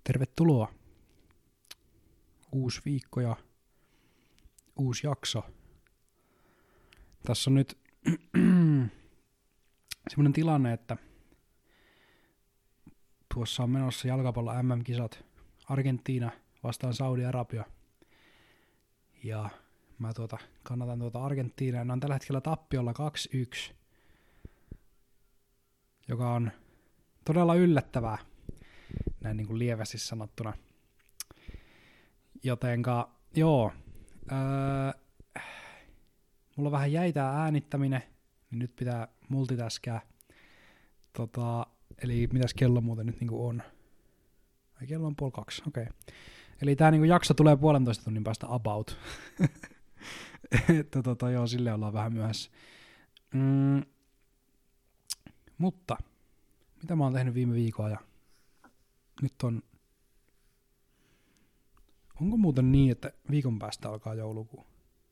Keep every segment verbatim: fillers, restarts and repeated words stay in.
Tervetuloa. Uusi viikko ja uusi jakso. Tässä on nyt semmoinen tilanne, että tuossa on menossa jalkapallon M M-kisat. Argentiina vastaan Saudi-Arabia. Ja mä tuota, kannatan tuota Argentiinaa. Ne on tällä hetkellä tappiolla kaksi yksi, joka on todella yllättävää, näin niin kuin lievästi sanottuna. Jotenka, joo, öö, mulla vähän jäi tää äänittäminen, niin nyt pitää multitaskää. Tota, eli mitäs kello muuten nyt niinku on? Ai kello on puoli kaksi, okei. Okay. Eli tää niinku jakso tulee puolentoista tunnin päästä about. Että tota, joo, sille ollaan vähän myöhässä. Mm, mutta, mitä mä oon tehnyt viime viikolla ja nyt on... Onko muuten niin, että viikon päästä alkaa joulukuu?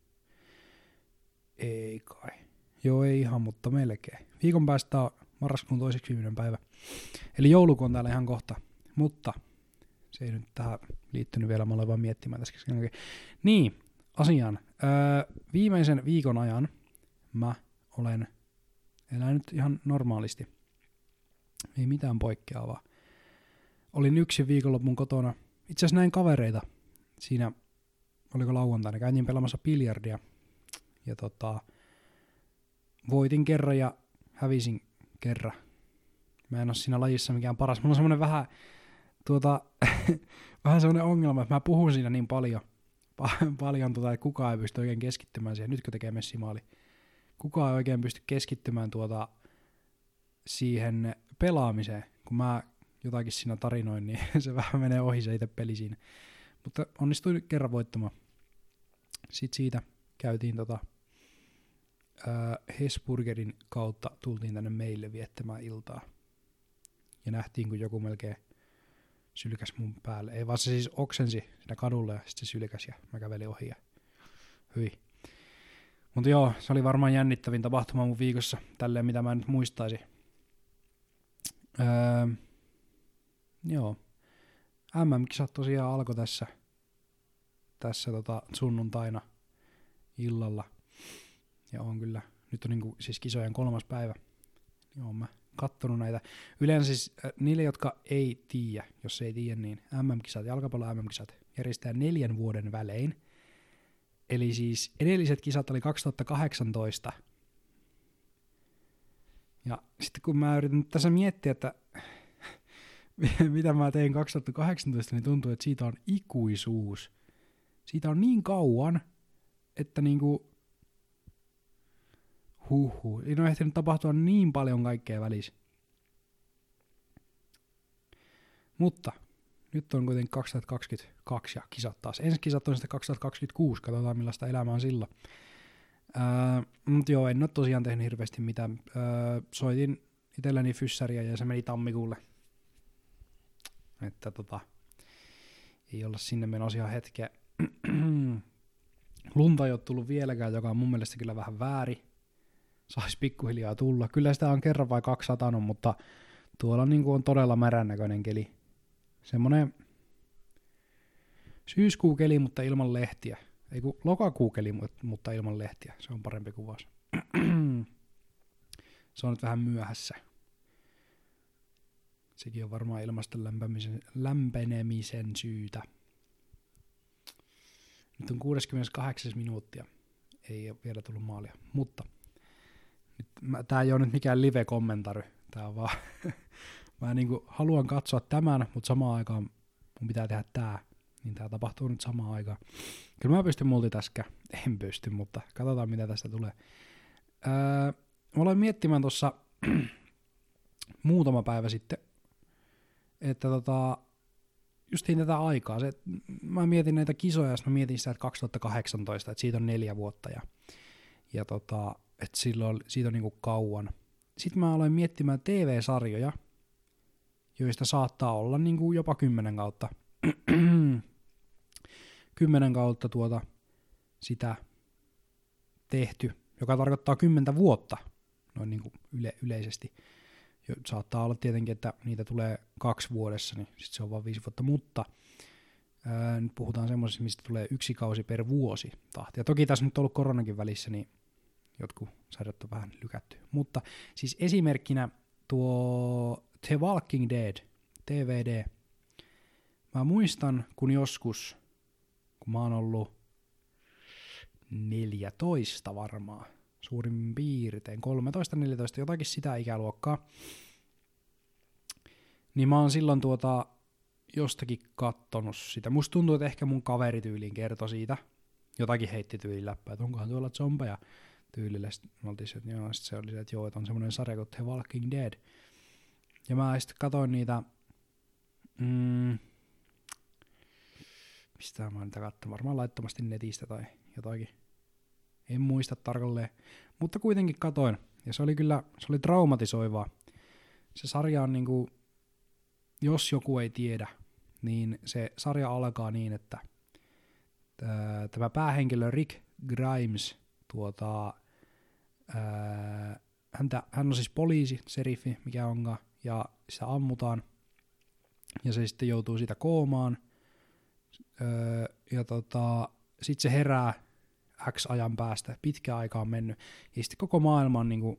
Ei kai. Joo, ei ihan, mutta melkein. Viikon päästä on marraskuun toiseksi viimeinen päivä. Eli joulukuu on täällä ihan kohta. Mutta se ei nyt tähän liittynyt vielä, mä olen vaan miettimään tässä. Niin, asiaan. Öö, viimeisen viikon ajan mä olen elänyt ihan normaalisti. Ei mitään poikkeavaa. Olin yksin viikonlopun kotona. Itse asiassa näin kavereita. Siinä, oliko lauantaina, käytiin pelaamassa biljardia. Ja tota, voitin kerran ja hävisin kerran. Mä en ole siinä lajissa mikään paras. Mulla on semmonen vähän, tuota, vähän semmonen ongelma, että mä puhun siinä niin paljon, pa- paljon tuota, että kukaan ei pysty oikein keskittymään siihen. Nytkö tekee messimaali? Kukaan ei oikein pysty keskittymään tuota, siihen pelaamiseen. Kun mä jotakin siinä tarinoin, niin se vähän menee ohi se itse peli siinä. Mutta onnistuin kerran voittamaan. Sitten siitä käytiin tota, äh, Hesburgerin kautta, tultiin tänne meille viettämään iltaa. Ja nähtiin, kun joku melkein sylkäs mun päälle. Ei vaan se siis oksensi siinä kadulla ja sitten se sylkäs ja mä kävelin ohi ja hyi. Mutta joo, se oli varmaan jännittävin tapahtuma mun viikossa, tälleen mitä mä nyt muistaisin. Öö, joo. M M-kisat tosiaan alkoi tässä, tässä tota sunnuntaina illalla. Ja on kyllä, nyt on niinku siis kisojen kolmas päivä. Niin oon mä kattonut näitä. Yleensä siis äh, niille, jotka ei tiedä, jos ei tiedä, niin M M-kisat, jalkapallon M M-kisat järjestetään neljän vuoden välein. Eli siis edelliset kisat oli kaksituhattakahdeksantoista. Ja sitten kun mä yritän tässä miettiä, että mitä mä tein kaksituhattakahdeksantoista, niin tuntuu, että siitä on ikuisuus. Siitä on niin kauan, että niinku huhhuh. Ei ole ehtinyt tapahtua niin paljon kaikkea välissä. Mutta nyt on kuitenkin kaksituhattakaksikymmentäkaksi ja kisat taas. Ensi kisat on sitten kaksituhattakaksikymmentäkuusi, katsotaan millaista elämää on silloin. Öö, mutta joo, en ole tosiaan tehnyt hirveästi mitään. Öö, soitin itselläni fyssäriä ja se meni tammikuulle. Että tota, ei olla sinne menossa ihan hetkeä. Lunta ei ole tullut vieläkään, joka on mun mielestä kyllä vähän väärin. Saisi pikkuhiljaa tulla. Kyllä sitä on kerran vai kaksi satanut, mutta tuolla niin kuin on todella märän näköinen keli. Semmoinen syyskuukeli, mutta ilman lehtiä. Ei kun lokakuukeli, mutta ilman lehtiä. Se on parempi kuvaus. Se on nyt vähän myöhässä. Sekin on varmaan ilmaston lämpenemisen syytä. Nyt on kuusikymmentäkahdeksan minuuttia. Ei ole vielä tullut maalia. Mutta tämä ei ole nyt mikään live-kommentari. Tämä on vaan... Mä niinku haluan katsoa tämän, mutta samaan aikaan mun pitää tehdä tää. Niin tää tapahtuu nyt samaan aikaan. Kyllä mä pystyn multitaskään. En pysty, mutta katsotaan mitä tästä tulee. Öö, mä aloin miettimään tuossa muutama päivä sitten, että tota, justiin tätä aikaa. Se, mä mietin näitä kisoja, ja mä mietin sitä, että kaksituhattakahdeksantoista, että siitä on neljä vuotta, ja, ja tota, että silloin, siitä on niinku kauan. Sitten mä aloin miettimään T V-sarjoja, joista saattaa olla niinku jopa kymmenen kautta. kymmenen kautta tuota sitä tehty, joka tarkoittaa kymmentä vuotta, noin niinku yle, yleisesti. Saattaa olla tietenkin, että niitä tulee kaksi vuodessa, niin sitten se on vaan viisi vuotta, mutta ää, nyt puhutaan semmoisesta, mistä tulee yksi kausi per vuosi tahti. Ja toki tässä nyt on ollut koronakin välissä, niin jotkut sarjat on vähän lykätty. Mutta siis esimerkkinä tuo The Walking Dead, T V D. Mä muistan, kun joskus, kun mä oon ollut neljätoista varmaan, suurin piirtein, kolmetoista neljätoista, jotakin sitä ikäluokkaa, niin mä oon silloin tuota jostakin kattonut sitä. Musta tuntuu, että ehkä mun kaverityyliin kertoi siitä, jotakin heitti tyyliin läppää, että onkohan tuolla zombeja tyylillä. Sitten me oltiin se, että joo, sit se oli se, että joo, että on semmoinen sarja kuin The Walking Dead. Ja mä sitten katoin niitä, mm, mistä mä niitä katsoin, varmaan laittomasti netistä tai jotakin. En muista tarkalleen, mutta kuitenkin katoin. Ja se oli kyllä, se oli traumatisoivaa. Se sarja on niinku, jos joku ei tiedä, niin se sarja alkaa niin, että ää, tämä päähenkilö Rick Grimes, tuota, ää, häntä, hän on siis poliisi, seriffi, mikä onkaan, ja sitä ammutaan, ja se sitten joutuu siitä koomaan, öö, ja tota, sitten se herää X ajan päästä, pitkä aika on mennyt, ja sitten koko maailma on niinku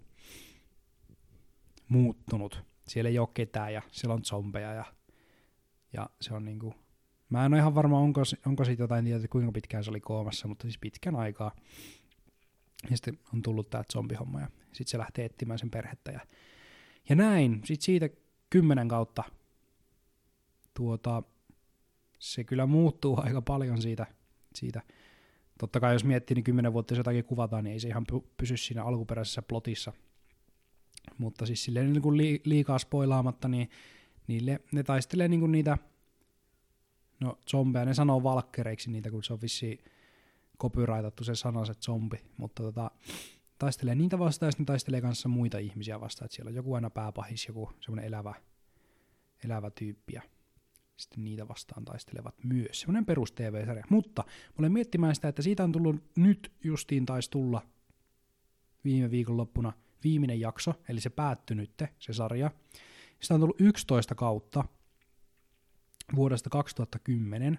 muuttunut. Siellä ei ole ketään, ja siellä on zombeja, ja, ja se on niinku, mä en ole ihan varma, onko, onko siitä jotain tietoa, kuinka pitkään se oli koomassa, mutta siis pitkän aikaa. Ja sitten on tullut tää zombihomma, ja sitten se lähtee etsimään sen perhettä, ja, ja näin. Sitten siitä kymmenen kautta tuota, se kyllä muuttuu aika paljon siitä, siitä. Totta kai jos miettii, niin kymmenen vuotta jos jotakin kuvataan, niin ei se ihan pysy siinä alkuperäisessä plotissa. Mutta siis silleen niin kuin liikaa spoilaamatta, niin niille, ne taistelee niin kuin niitä, no zombeja, ne sanoo valkkereiksi niitä, kun se on vissiin copyrightattu se sana, se zombi, mutta tota, taistelee niitä vastaan ja sitten taistelee kanssa muita ihmisiä vastaan, että siellä on joku aina pääpahis, joku semmoinen elävä, elävä tyyppi ja sitten niitä vastaan taistelevat myös. Semmoinen perus T V-sarja, mutta mä olen miettimään sitä, että siitä on tullut nyt justiin taisi tulla viime viikonloppuna viimeinen jakso, eli se päättyi nyt, se sarja. Sitä on tullut yksitoista kautta vuodesta kaksituhattakymmenen.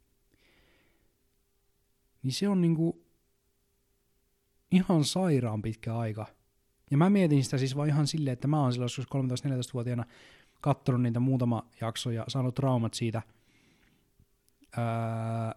Niin se on niinku ihan sairaan pitkä aika. Ja mä mietin sitä siis vaan ihan silleen, että mä oon silloin joskus kolmetoista-neljätoista-vuotiaana kattonut niitä muutama jakso ja saanut traumat siitä. Öö,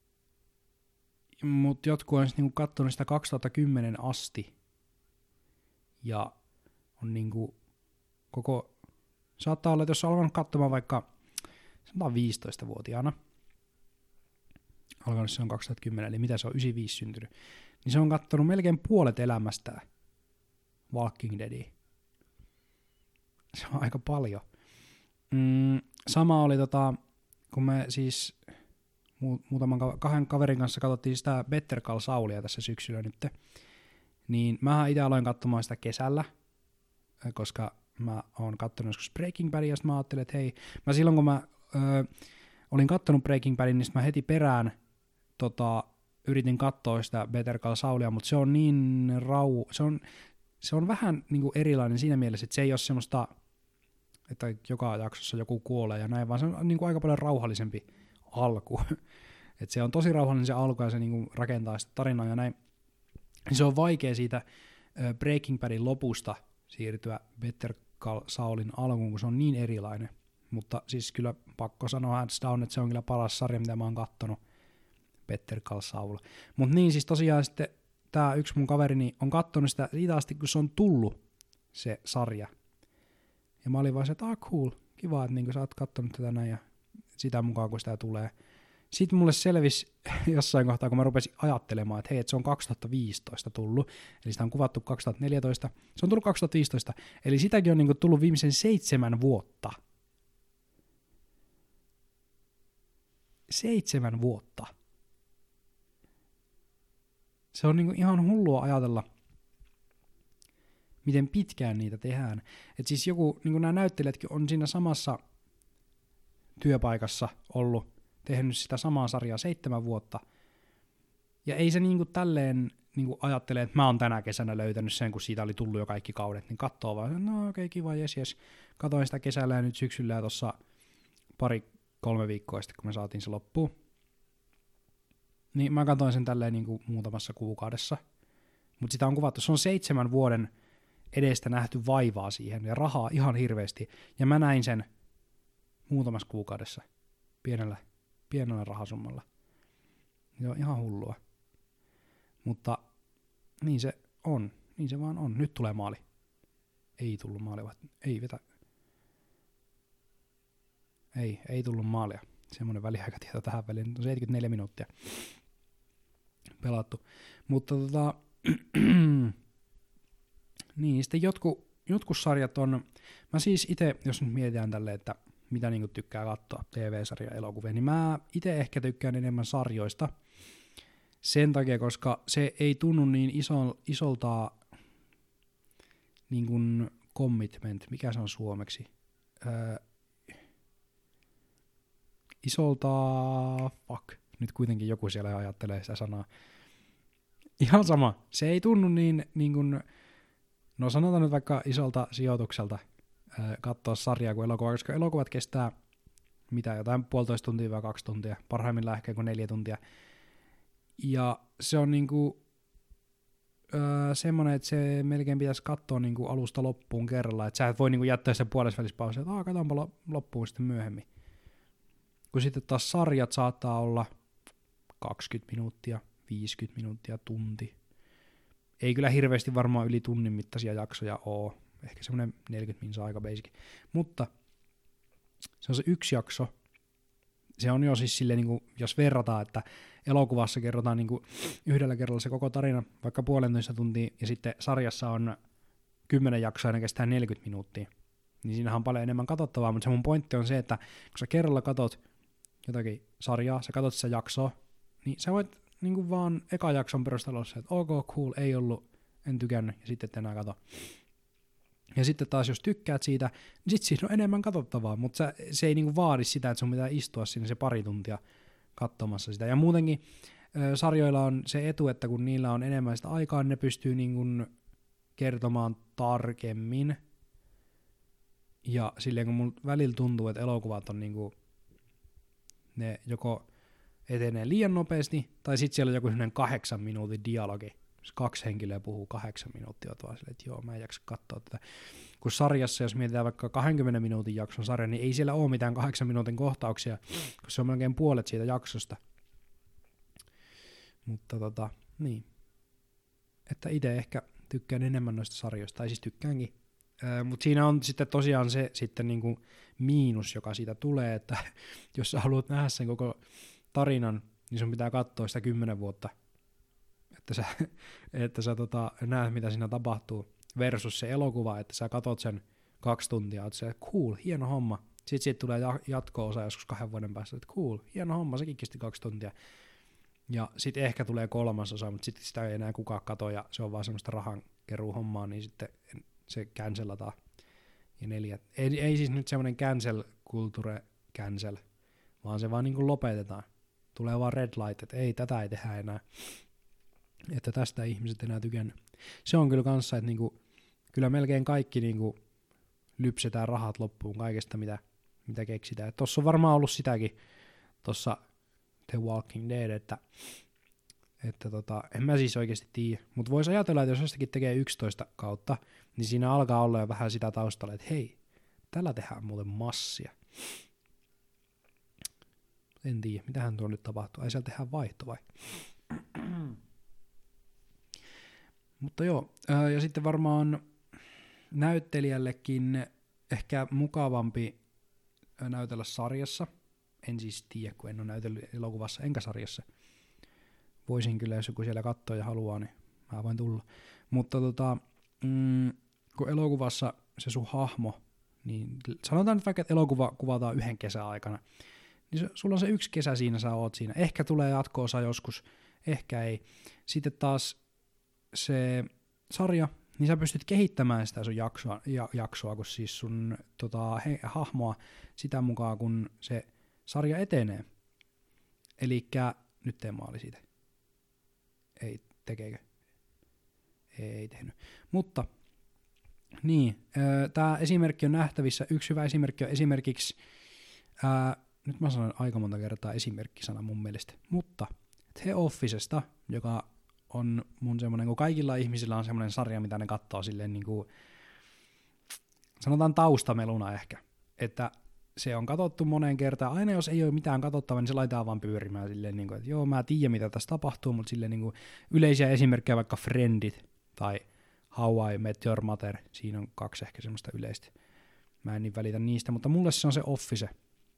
Mutta jotkut on niinku kattonut sitä kaksituhattakymmenen asti. Ja on niinku koko, saattaa olla, että jos on alkanut katsomaan vaikka sanotaan viisitoista-vuotiaana, alkanut se on kaksituhattakymmenen, eli mitä se on, yhdeksänkymmentäviisi syntynyt, niin se on kattonut melkein puolet elämästään Walking Deadia. Se on aika paljon. Mm, sama oli, tota, kun me siis mu- muutaman ka- kahden kaverin kanssa katsottiin sitä Better Call Saulia tässä syksyllä nyt, niin mä itse aloin katsomaan sitä kesällä, koska mä oon katsonut joskus Breaking Badia, ja sitten mä ajattelin, että hei, mä silloin kun mä ö, olin kattonut Breaking Badin, niin mä heti perään tota, yritin katsoa sitä Better Call Saulia, mutta se on niin rau, se on, se on vähän niin kuin erilainen siinä mielessä, että se ei ole semmoista, että joka jaksossa joku kuolee ja näin, vaan se on niin kuin aika paljon rauhallisempi alku. Että se on tosi rauhallinen se alku ja se niin kuin rakentaa sitä tarinaa ja näin. Se on vaikea siitä Breaking Badin lopusta siirtyä Better Call Saulin alkuun, kun se on niin erilainen. Mutta siis kyllä pakko sanoa hands down, että se on kyllä paras sarja, mitä mä oon kattonut, Better Call Saul. Mutta niin siis tosiaan sitten tää yksi mun kaverini on kattonut sitä siitä asti, kun se on tullut se sarja. Ja mä olin vaan se, että ah cool, kiva, että niinku sä oot kattonut tätä näin ja sitä mukaan, kun sitä tulee. Sitten mulle selvisi jossain kohtaa, kun mä rupesin ajattelemaan, että hei, että se on kaksituhattaviisitoista tullut, eli sitä on kuvattu kaksituhattaneljätoista, se on tullut kaksituhattaviisitoista, eli sitäkin on niinku tullut viimeisen seitsemän vuotta. Seitsemän vuotta. Se on niinku ihan hullua ajatella, miten pitkään niitä tehdään. Et siis joku, niinku nämä näyttelijätkin on siinä samassa työpaikassa ollut, tehnyt sitä samaa sarjaa seitsemän vuotta. Ja ei se niinku tälleen niin kuin ajattelee, että mä oon tänä kesänä löytänyt sen, kun siitä oli tullut jo kaikki kaudet, niin katsoo vaan, no okei, okay, kiva, jes, jes. Katoin sitä kesällä ja nyt syksyllä ja tuossa pari, kolme viikkoa sitten, kun me saatiin se loppuun. Niin mä katsoin sen tälleen niin kuin muutamassa kuukaudessa. Mutta sitä on kuvattu, se on seitsemän vuoden edestä nähty vaivaa siihen ja rahaa ihan hirveästi. Ja mä näin sen muutamassa kuukaudessa pienellä, pienellä rahasummalla. Se on ihan hullua. Mutta niin se on. Niin se vaan on. Nyt tulee maali. Ei tullut maalia. Ei vetä. Ei, ei tullut maalia. Semmoinen väliaikatieto tähän väliin. Nyt on seitsemänkymmentäneljä minuuttia pelattu. Mutta tota... niin, sitten jotkut, jotkut sarjat on... Mä siis itse, jos nyt mietitään tälleen, että mitä niinku tykkää katsoa T V-sarja elokuvia, niin mä itse ehkä tykkään enemmän sarjoista. Sen takia, koska se ei tunnu niin iso, isolta niin kuin commitment, mikä se on suomeksi? Öö, isolta, fuck, nyt kuitenkin joku siellä ajattelee sitä sanaa. Ihan sama, se ei tunnu niin, niin kuin, no sanotaan nyt vaikka isolta sijoitukselta öö, katsoa sarjaa kuin elokuva, koska elokuvat kestää mitä, jotain puolitoista tuntia vai kaksi tuntia, parhaimmillaan ehkä kuin neljä tuntia. Ja se on niinku öö, semmoinen, että se melkein pitäisi katsoa niinku alusta loppuun kerralla, että sä et voi niinku jättää sen puolesvälispausia, että aah, katsotaanpa loppuun sitten myöhemmin. Kun sitten taas sarjat saattaa olla kaksikymmentä minuuttia, viisikymmentä minuuttia, tunti. Ei kyllä hirveästi varmaan yli tunnin mittaisia jaksoja oo, ehkä semmoinen neljäkymmentä minsa aika basic. Mutta se on se yksi jakso, se on jo siis silleen, niinku, jos verrataan, että elokuvassa kerrotaan niinku yhdellä kerralla se koko tarina, vaikka puolentoista tuntia, ja sitten sarjassa on kymmenen jaksoa, ja ne kestää neljäkymmentä minuuttia. Niin siinähän on paljon enemmän katsottavaa, mutta se mun pointti on se, että kun sä kerralla katot jotakin sarjaa, sä katot sitä jaksoa, niin sä voit niinku vaan eka jakson perusteella olla se, että ok, cool, ei ollut, en tykännyt, ja sitten et enää kato. Ja sitten taas, jos tykkäät siitä, niin sitten siinä on enemmän katsottavaa, mutta se ei niinku vaadi sitä, että sun pitää istua sinne se pari tuntia katsomassa sitä. Ja muutenkin ö, sarjoilla on se etu, että kun niillä on enemmän sitä aikaa, niin ne pystyy niinku kertomaan tarkemmin. Ja silleen kun mun välillä tuntuu, että elokuvat on niinku, ne joko etenee liian nopeasti, tai sitten siellä on joku sellainen kahdeksan minuutin dialogi. Kaksi henkilöä puhuu kahdeksan minuuttia, oot vaan silleen, että joo, mä en jaksa katsoa tätä. Kun sarjassa, jos mietitään vaikka kaksikymmentä minuutin jakson sarja, niin ei siellä ole mitään kahdeksan minuutin kohtauksia, kun se on melkein puolet siitä jaksosta. Mutta tota, niin. Että itse ehkä tykkään enemmän noista sarjoista, tai siis tykkäänkin. Öö, mutta siinä on sitten tosiaan se sitten niinku miinus, joka siitä tulee, että jos sä haluat nähdä sen koko tarinan, niin sun pitää katsoa sitä kymmenen vuotta. Että sä, että sä tota, näet, mitä siinä tapahtuu, versus se elokuva, että sä katot sen kaksi tuntia, että se cool, hieno homma. Sitten siitä tulee jatko-osa joskus kahden vuoden päästä, että cool, hieno homma, sekin kesti kaksi tuntia. Ja sitten ehkä tulee kolmas osa, mutta sitten sitä ei enää kukaan kato, ja se on vaan semmoista rahankeruuhommaa, niin sitten se cancelataan. Ja neljät. Ei, ei siis nyt semmoinen cancel culture cancel, vaan se vaan niin kuin lopetetaan. Tulee vaan red light, että ei, tätä ei tehdä enää. Että tästä ihmiset enää tykännyt. Se on kyllä kanssa, että niinku, kyllä melkein kaikki niinku lypsetään rahat loppuun kaikesta, mitä, mitä keksitään. Tuossa on varmaan ollut sitäkin, tuossa The Walking Dead, että, että tota, en mä siis oikeasti tiedä. Mutta voisi ajatella, että jos jostakin tekee yksitoista kautta, niin siinä alkaa olla jo vähän sitä taustalla, että hei, tällä tehdään muuten massia. En tiedä, mitähän tuo nyt tapahtuu. Ai siellä tehdään vaihto vai? Mutta joo, ja sitten varmaan näyttelijällekin ehkä mukavampi näytellä sarjassa. En siis tiedä, kun en ole näytellyt elokuvassa enkä sarjassa. Voisin kyllä, jos joku siellä katsoo ja haluaa, niin mä voin tulla. Mutta tota, mm, kun elokuvassa se sun hahmo, niin sanotaan nyt vaikka, että elokuva kuvataan yhden kesän aikana, niin se, sulla on se yksi kesä siinä, sä oot siinä. Ehkä tulee jatko-osa joskus, ehkä ei. Sitten taas se sarja, niin sä pystyt kehittämään sitä sun jaksoa, ja, jaksoa kun siis sun tota, he, hahmoa sitä mukaan, kun se sarja etenee. Elikkä, nyt teen maali siitä. Ei, tekeekö? ei tehnyt. Mutta niin, tämä esimerkki on nähtävissä. Yksi hyvä esimerkki on esimerkiksi, ää, nyt mä sanon aika monta kertaa esimerkkisana mun mielestä, mutta The Officesta, joka on mun semmoinen, kun kaikilla ihmisillä on semmoinen sarja, mitä ne katsoo silleen niin kuin, sanotaan taustameluna ehkä, että se on katsottu moneen kertaan. Aina jos ei ole mitään katsottavaa, niin se laitetaan vaan pyörimään silleen, niin kuin, että joo, mä tiedän mitä tässä tapahtuu, mutta silleen niin kuin yleisiä esimerkkejä vaikka Friendit tai How I Met Your Mother, siinä on kaksi ehkä semmoista yleistä. Mä en niin välitä niistä, mutta mulle se on se Office.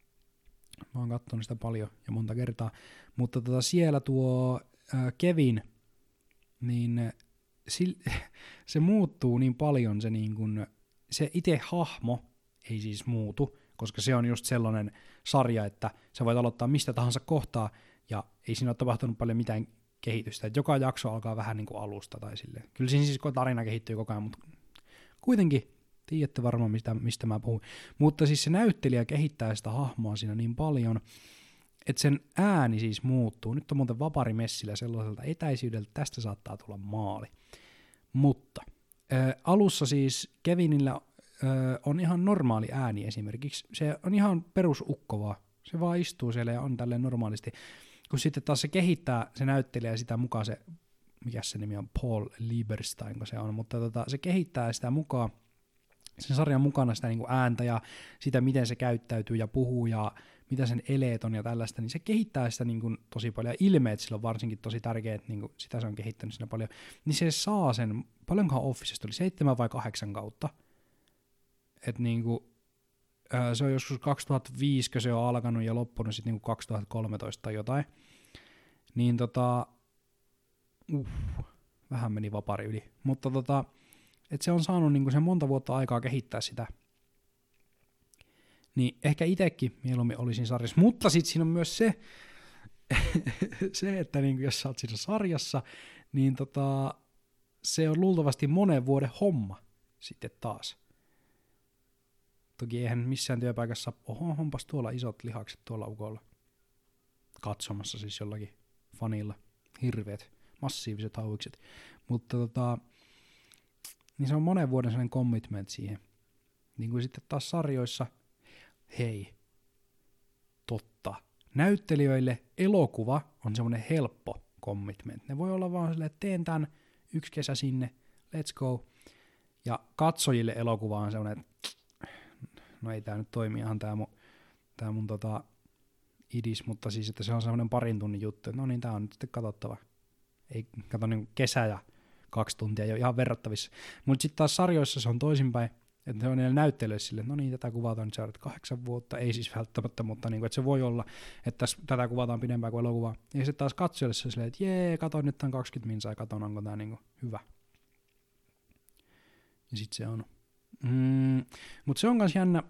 Mä oon katsonut sitä paljon ja monta kertaa, mutta tota siellä tuo äh, Kevin, niin äh, sil, se muuttuu niin paljon, se, niin kun, se itse hahmo ei siis muutu, koska se on just sellainen sarja, että sä voit aloittaa mistä tahansa kohtaa, ja ei siinä ole tapahtunut paljon mitään kehitystä. Et joka jakso alkaa vähän niin kuin alusta tai silleen. Kyllä siinä siis tarina kehittyy koko ajan, mutta kuitenkin tiedätte varmaan, mistä, mistä mä puhun. Mutta siis se näyttelijä kehittää sitä hahmoa siinä niin paljon, että sen ääni siis muuttuu. Nyt on muuten vaparimessillä sellaiselta etäisyydeltä, tästä saattaa tulla maali. Mutta äh, alussa siis Kevinillä äh, on ihan normaali ääni esimerkiksi. Se on ihan perusukkovaa. Se vaan istuu siellä ja on tälleen normaalisti. Kun sitten taas se kehittää, se näyttelijä sitä mukaan se, mikä se nimi on, Paul Lieberstein, kun se on, mutta tota, se kehittää sitä mukaan, sen sarjan mukana sitä niin kuin ääntä ja sitä, miten se käyttäytyy ja puhuu ja mitä sen eleet on ja tällaista, niin se kehittää sitä niin kuin tosi paljon. Ja ilmeet sillä on varsinkin tosi tärkeät, niin kuin sitä se on kehittänyt siinä paljon. Niin se saa sen, paljonkohan Officesta oli, seitsemän vai kahdeksan kautta. Että niin kuin, äh, se on joskus kaksituhattaviisi, kun se on alkanut ja loppunut sitten niin kuin kaksituhattakolmetoista tai jotain. Niin tota, uh, vähän meni vapari yli. Mutta tota, että se on saanut niin kuin sen monta vuotta aikaa kehittää sitä. Niin ehkä itsekin mieluummin olisin sarjassa. Mutta sitten siinä on myös se, se että niin kuin jos sä oot siinä sarjassa, niin tota, se on luultavasti monen vuoden homma sitten taas. Toki eihän missään työpaikassa, oho, onpas tuolla isot lihakset tuolla ukolla. Katsomassa siis jollakin fanilla. Hirveät, massiiviset hauikset. Mutta tota, niin se on monen vuoden sellainen commitment siihen. Niin kuin sitten taas sarjoissa, hei, totta, näyttelijöille elokuva on semmoinen helppo commitment. Ne voi olla vaan silleen, että teen tämän yksi kesä sinne, let's go. Ja katsojille elokuva on semmoinen, että no ei tää nyt toimi ihan tää mun, tää mun tota idis, mutta siis että se on semmoinen parin tunnin juttu, että no niin, tää on nyt sitten katsottava. Ei kato niin kesä ja kaksi tuntia, ei ole ihan verrattavissa. Mutta sitten taas sarjoissa se on toisinpäin, että se on niille näyttelijöille silleen, että no niin, tätä kuvataan nyt seuraavat kahdeksan vuotta, ei siis välttämättä, mutta niin kuin, että se voi olla, että tässä, tätä kuvataan pidempään kuin elokuvaa. Ja sitten taas katsojalle se on silleen, että jee, kato nyt tämän kaksikymmentä minsaa ja katon, onko tämä niin kuin hyvä. Ja sitten se on. Mm, mutta se on myös jännä,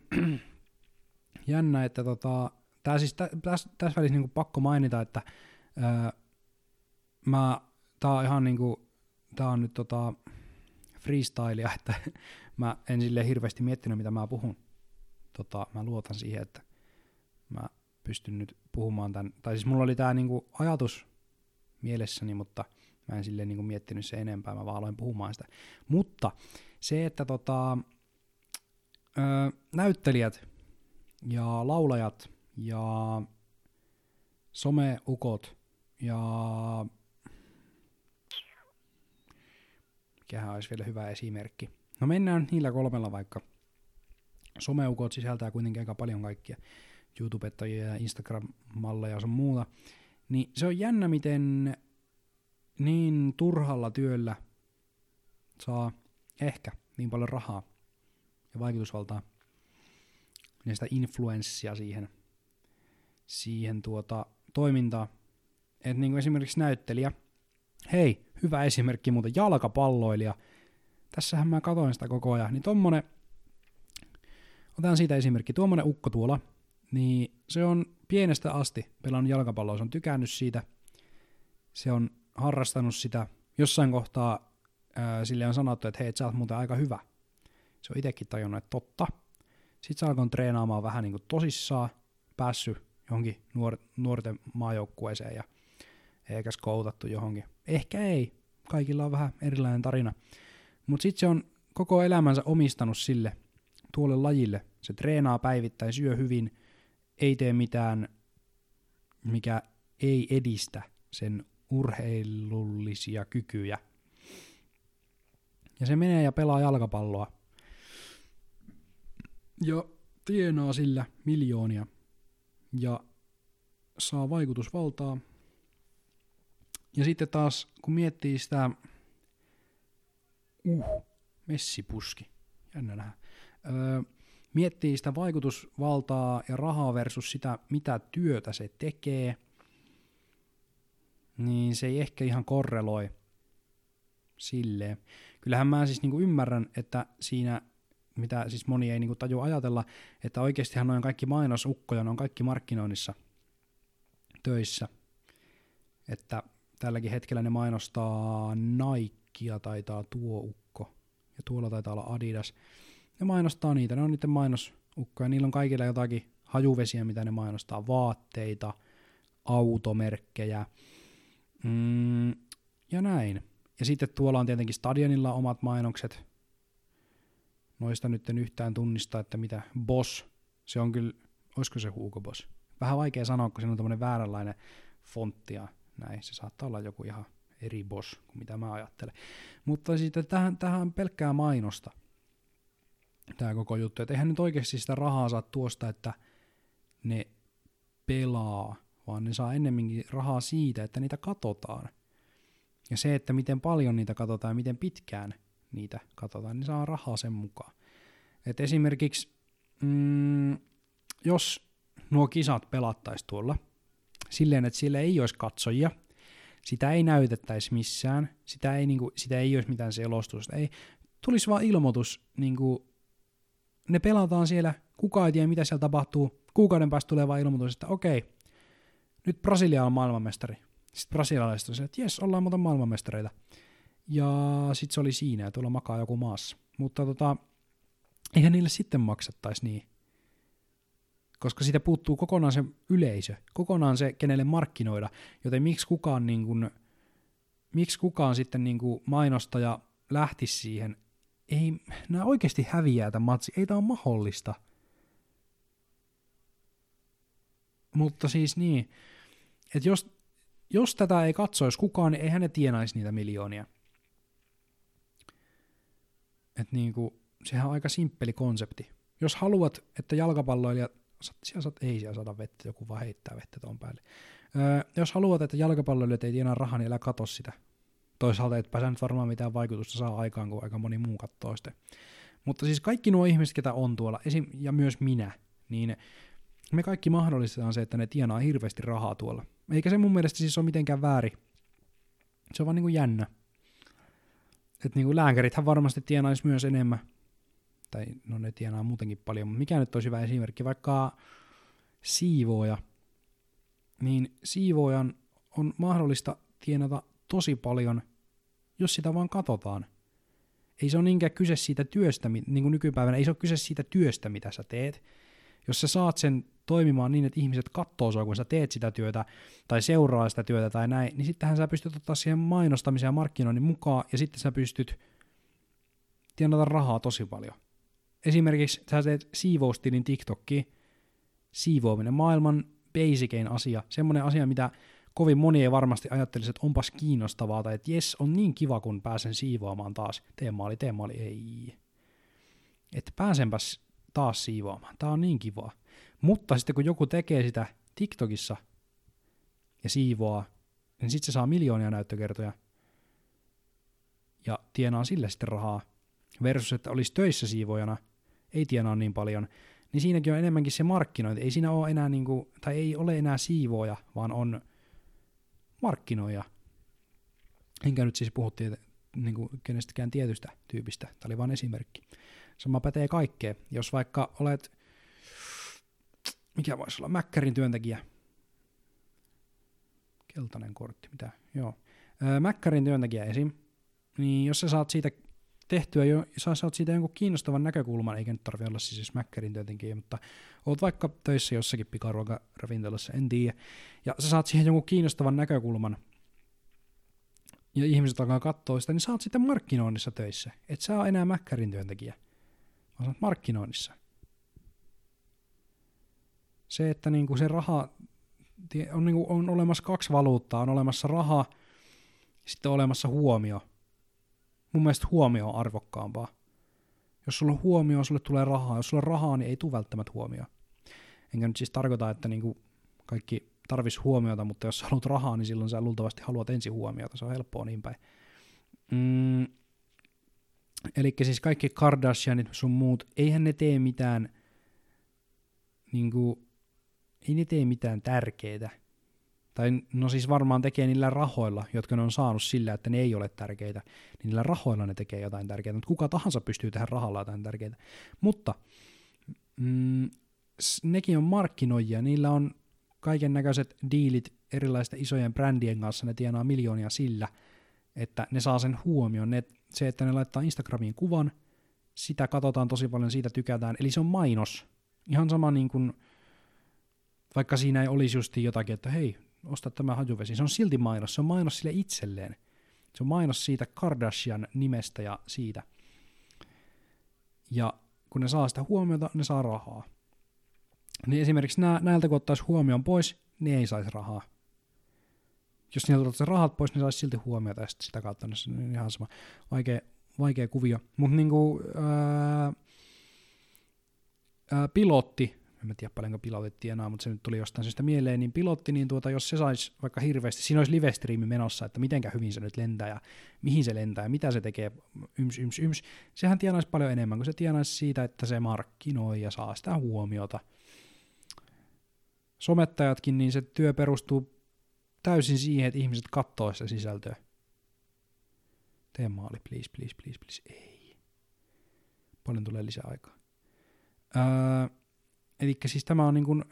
jännä, että tota, tää siis tä, tässä täs välissä niinku pakko mainita, että ää, mä, tää on ihan niinku, tää on nyt tota freestylea, että mä en silleen hirveästi miettinyt, mitä mä puhun. Tota, mä luotan siihen, että mä pystyn nyt puhumaan tän, tai siis mulla oli tää niinku ajatus mielessäni, mutta mä en silleen niinku miettinyt se enempää, mä vaan aloin puhumaan sitä. Mutta se, että tota, ö, näyttelijät ja laulajat ja someukot ja mikähän olisi vielä hyvä esimerkki. No mennään niillä kolmella vaikka. Someukot sisältää kuitenkin aika paljon kaikkia YouTubettajia ja Instagram-malleja ja sun muuta. Niin se on jännä, miten niin turhalla työllä saa ehkä niin paljon rahaa ja vaikutusvaltaa ja sitä influenssia siihen, siihen tuota toimintaan. Että niin kuin esimerkiksi näyttelijä, hei, hyvä esimerkki muuten, jalkapalloilija, tässähän mä katoin sitä koko ajan, niin tommonen, otan siitä esimerkki, tuommoinen ukko tuolla, niin se on pienestä asti pelannut jalkapalloa, se on tykännyt siitä, se on harrastanut sitä, jossain kohtaa ää, sille on sanottu, että hei, et sä oot muuten aika hyvä. Se on itsekin tajunnut, että totta. Sitten se alkoi treenaamaan vähän niin kuin tosissaan, päässyt johonkin nuor- nuorten maajoukkueeseen ja eikä skoutattu johonkin. Ehkä ei, kaikilla on vähän erilainen tarina. Mutta sitten se on koko elämänsä omistanut sille, tuolle lajille. Se treenaa päivittäin, syö hyvin, ei tee mitään, mikä ei edistä sen urheilullisia kykyjä. Ja se menee ja pelaa jalkapalloa. Ja tienaa sillä miljoonia. Ja saa vaikutusvaltaa. Ja sitten taas, kun miettii sitä, uh, messipuski, jännä nähdä, öö, miettii sitä vaikutusvaltaa ja rahaa versus sitä, mitä työtä se tekee, niin se ei ehkä ihan korreloi silleen. Kyllähän mä siis niinku ymmärrän, että siinä, mitä siis moni ei niinku tajua ajatella, että oikeastihan noin kaikki mainosukkoja, ne on kaikki markkinoinnissa töissä. Että tälläkin hetkellä ne mainostaa Nikea, taitaa tuo ukko, ja tuolla taitaa olla Adidas. Ne mainostaa niitä, ne on niiden mainosukkoja, niillä on kaikilla jotakin hajuvesiä, mitä ne mainostaa, vaatteita, automerkkejä, mm, ja näin. Ja sitten tuolla on tietenkin Stadionilla omat mainokset, noista nyt en yhtään tunnista, että mitä, Boss, se on kyllä, olisiko se Hugo Boss? Vähän vaikea sanoa, kun siinä on tämmöinen vääränlainen fontti ja näin, se saattaa olla joku ihan eri Boss kuin mitä mä ajattelen. Mutta sitten tähän, tähän on pelkkää mainosta, tämä koko juttu, että eihän nyt oikeasti sitä rahaa saa tuosta, että ne pelaa, vaan ne saa ennemminkin rahaa siitä, että niitä katsotaan. Ja se, että miten paljon niitä katsotaan ja miten pitkään niitä katsotaan, niin saa rahaa sen mukaan. Et esimerkiksi, mm, jos nuo kisat pelattaisiin tuolla, silleen, että siellä ei olisi katsojia, sitä ei näytettäisi missään, sitä ei, niinku, sitä ei olisi mitään selostusta, ei, tulisi vaan ilmoitus, niinku, ne pelataan siellä, kukaan ei tiedä mitä siellä tapahtuu, kuukauden päästä tulee vaan ilmoitus, että okei, nyt Brasilia on maailmanmestari. Sitten brasilialaiset on se, että jes, ollaan muuten maailmanmestareita. Ja sitten se oli siinä, ja tuolla makaa joku maassa. Mutta tota, eihän niille sitten maksattaisi niin. Koska siitä puuttuu kokonaan se yleisö, kokonaan se, kenelle markkinoida. Joten miksi kukaan, niin kun, miksi kukaan sitten niin kun mainostaja lähtisi siihen? Ei, nämä oikeasti häviää tämän matsi. Ei tämä ole mahdollista. Mutta siis niin, että jos, jos tätä ei katsoisi kukaan, niin eihän ne tienaisi niitä miljoonia. Että niinku, sehän on aika simppeli konsepti. Jos haluat, että jalkapalloilija, siellä saat, ei siellä saada vettä, joku vaan heittää vettä tuon päälle. Öö, jos haluat, että jalkapalloilijat ei tienaa rahaa, niin älä katso sitä. Toisaalta et pääsä nyt varmaan mitään vaikutusta saa aikaan, kun aika moni muu katsoo sitä. Mutta siis kaikki nuo ihmiset, ketä on tuolla, esim, ja myös minä, niin me kaikki mahdollistetaan se, että ne tienaa hirveästi rahaa tuolla. Eikä se mun mielestä siis ole mitenkään väärin. Se on vaan niinku jännä. Että niinku lääkärithän varmasti tienaisi myös enemmän. Tai no ne tienaa muutenkin paljon, mutta mikä nyt olisi hyvä esimerkki, vaikka siivooja. Niin siivoojan on mahdollista tienata tosi paljon, jos sitä vaan katsotaan. Ei se ole niinkään kyse siitä työstä, niin kuin nykypäivänä, ei se ole kyse siitä työstä, mitä sä teet. Jos sä saat sen toimimaan niin, että ihmiset katsoo sua, kun sä teet sitä työtä, tai seuraa sitä työtä tai näin, niin sittenhän sä pystyt ottaa siihen mainostamisen ja markkinoinnin mukaan, ja sitten sä pystyt tienata rahaa tosi paljon. Esimerkiksi sä teet siivoustilin TikTokkiin, siivoaminen, maailman basicein asia, semmoinen asia, mitä kovin moni ei varmasti ajattelisi, että onpas kiinnostavaa, tai että jes, on niin kiva, kun pääsen siivoamaan taas. Teemaali, teemaali, ei. Että pääsenpäs taas siivoamaan. Tää on niin kivaa. Mutta sitten kun joku tekee sitä TikTokissa ja siivoaa, niin sitten se saa miljoonia näyttökertoja ja tienaa sille sitten rahaa. Versus, että olisi töissä siivoojana, ei tienaa niin paljon, niin siinäkin on enemmänkin se markkinointi. Ei siinä ole enää niinku, tai ei ole enää siivooja, vaan on markkinoija. Enkä nyt siis puhuttiin niinku kenestäkään tietystä tyypistä. Tämä oli vain esimerkki. Sama pätee kaikkeen. Jos vaikka olet, mikä voisi olla, Mäkkärin työntekijä. Keltainen kortti, mitä? Joo. Öö, Mäkkärin työntekijä esim. Niin jos sä saat siitä tehtyä, jo, sä saat siitä jonkun kiinnostavan näkökulman, eikä nyt tarvitse olla siis Mäkkärin työntekijä, mutta oot vaikka töissä jossakin pikaruokaravintolassa, en tiedä, ja sä saat siihen jonkun kiinnostavan näkökulman, ja ihmiset alkaa katsoa sitä, niin sä oot sitten markkinoinnissa töissä. Et sä oo enää Mäkkärin työntekijä, vaan sä oot markkinoinnissa. Se, että niinku se raha, on, niinku, on olemassa kaksi valuuttaa, on olemassa raha, sitten on olemassa huomio. Mun mielestä huomio on arvokkaampaa. Jos sulla on huomio, sulle tulee rahaa. Jos sulla on rahaa, niin ei tule välttämättä huomioon. Enkä nyt siis tarkoita, että niinku kaikki tarvisi huomiota, mutta jos sä haluat rahaa, niin silloin sä luultavasti haluat ensin huomiota. Se on helppoa niin päin. Mm. Eli siis kaikki Kardashianit sun muut, eihän ne tee mitään, niinku, ei ne tee mitään tärkeää. Tai no siis varmaan tekee niillä rahoilla, jotka ne on saanut sillä, että ne ei ole tärkeitä, niin niillä rahoilla ne tekee jotain tärkeää, mutta kuka tahansa pystyy tehdä rahalla jotain tärkeää. Mutta mm, nekin on markkinoijia, niillä on kaiken näköiset diilit erilaisten isojen brändien kanssa, ne tienaa miljoonia sillä, että ne saa sen huomioon. Ne, se, että ne laittaa Instagramiin kuvan, sitä katsotaan tosi paljon, siitä tykätään, eli se on mainos. Ihan sama niin kuin, vaikka siinä ei olisi justi jotakin, että hei, osta tämä hajuvesi. Se on silti mainos. Se on mainos sille itselleen. Se on mainos siitä Kardashian nimestä ja siitä. Ja kun ne saa sitä huomiota, ne saa rahaa. Niin esimerkiksi nää, näiltä kun ottaisi huomioon pois, niin ei saisi rahaa. Jos niiltä ottaisi rahat pois, niin saisi silti huomiota ja sitä kautta ne on ihan sama. Vaikea, vaikea kuvio. Mutta niinku ää, ää, pilotti, en mä tiedä paljonko pilotit tienaa, mutta se nyt tuli jostain syystä mieleen, niin pilotti, niin tuota, jos se saisi vaikka hirveästi, siinä olisi live-striimi menossa, että mitenkä hyvin se nyt lentää ja mihin se lentää ja mitä se tekee, yms, yms, yms, sehän tienaisi paljon enemmän, kun se tienaisi siitä, että se markkinoi ja saa sitä huomiota. Somettajatkin, niin se työ perustuu täysin siihen, että ihmiset katsoo sitä sisältöä. Tee maali, please, please, please, please, ei. Paljon tulee lisää aikaa. Öö, Eli siis tämä on niin kuin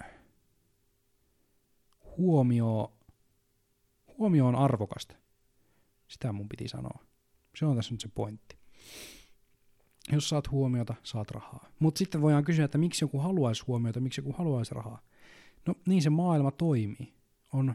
huomio, huomio on arvokasta. Sitä mun piti sanoa. Se on tässä nyt se pointti. Jos saat huomiota, saat rahaa. Mutta sitten voidaan kysyä, että miksi joku haluaisi huomiota, miksi joku haluaisi rahaa. No niin se maailma toimii. On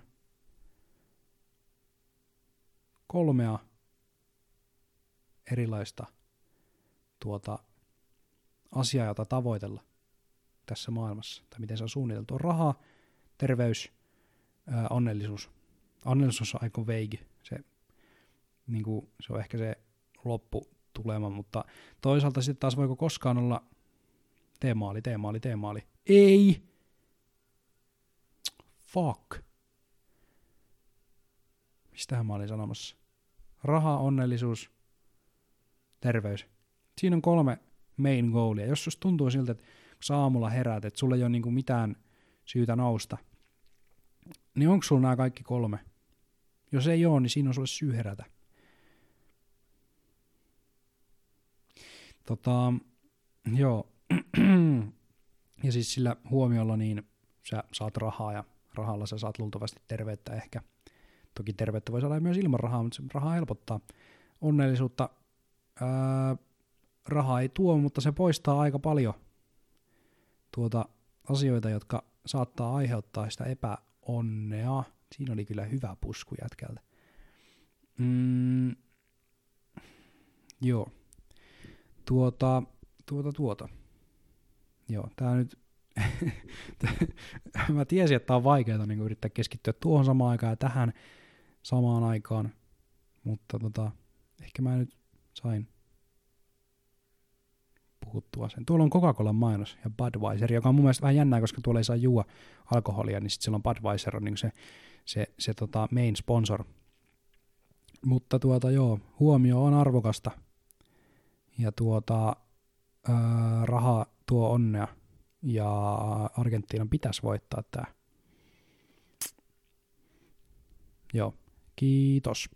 kolmea erilaista tuota, asiaa, jota tavoitella tässä maailmassa, tai miten se on suunniteltu, on raha, terveys, ää, onnellisuus. Onnellisuus on aika vague, se, niin kuin, se on ehkä se lopputulema, mutta toisaalta sitten taas voiko koskaan olla teemaali, teemaali, teemaali. Ei! Fuck. Mistähän mä olin sanomassa? Raha, onnellisuus, terveys. Siinä on kolme main goalia. Jos susta tuntuu siltä, että kun aamulla heräät, että sulla ei ole niinku mitään syytä nousta, niin onko sulla nämä kaikki kolme? Jos ei ole, niin siinä on sulle syy herätä. Tota, joo. Ja siis sillä huomiolla niin sä saat rahaa ja rahalla sä saat luultavasti terveyttä ehkä. Toki terveyttä voi saada myös ilman rahaa, mutta se rahaa helpottaa. Onnellisuutta ää, rahaa ei tuo, mutta se poistaa aika paljon tuota asioita, jotka saattaa aiheuttaa sitä epäonnea. Siinä oli kyllä hyvä pusku jätkältä. Mm, joo. Tuota, tuota, tuota. Joo, tää nyt... Mä tiesin, että tää on vaikeaa niin yrittää keskittyä tuohon samaan aikaan ja tähän samaan aikaan, mutta tota, ehkä mä nyt sain puhuttua sen. Tuolla on Coca-Colan mainos ja Budweiser, joka on mun mielestä vähän jännää, koska tuolla ei saa juua alkoholia, niin sitten silloin Budweiser on niin se, se, se tota main sponsor. Mutta tuota joo, huomio on arvokasta ja tuota, ää, raha tuo onnea ja Argentiinan pitäisi voittaa tää. Joo, kiitos.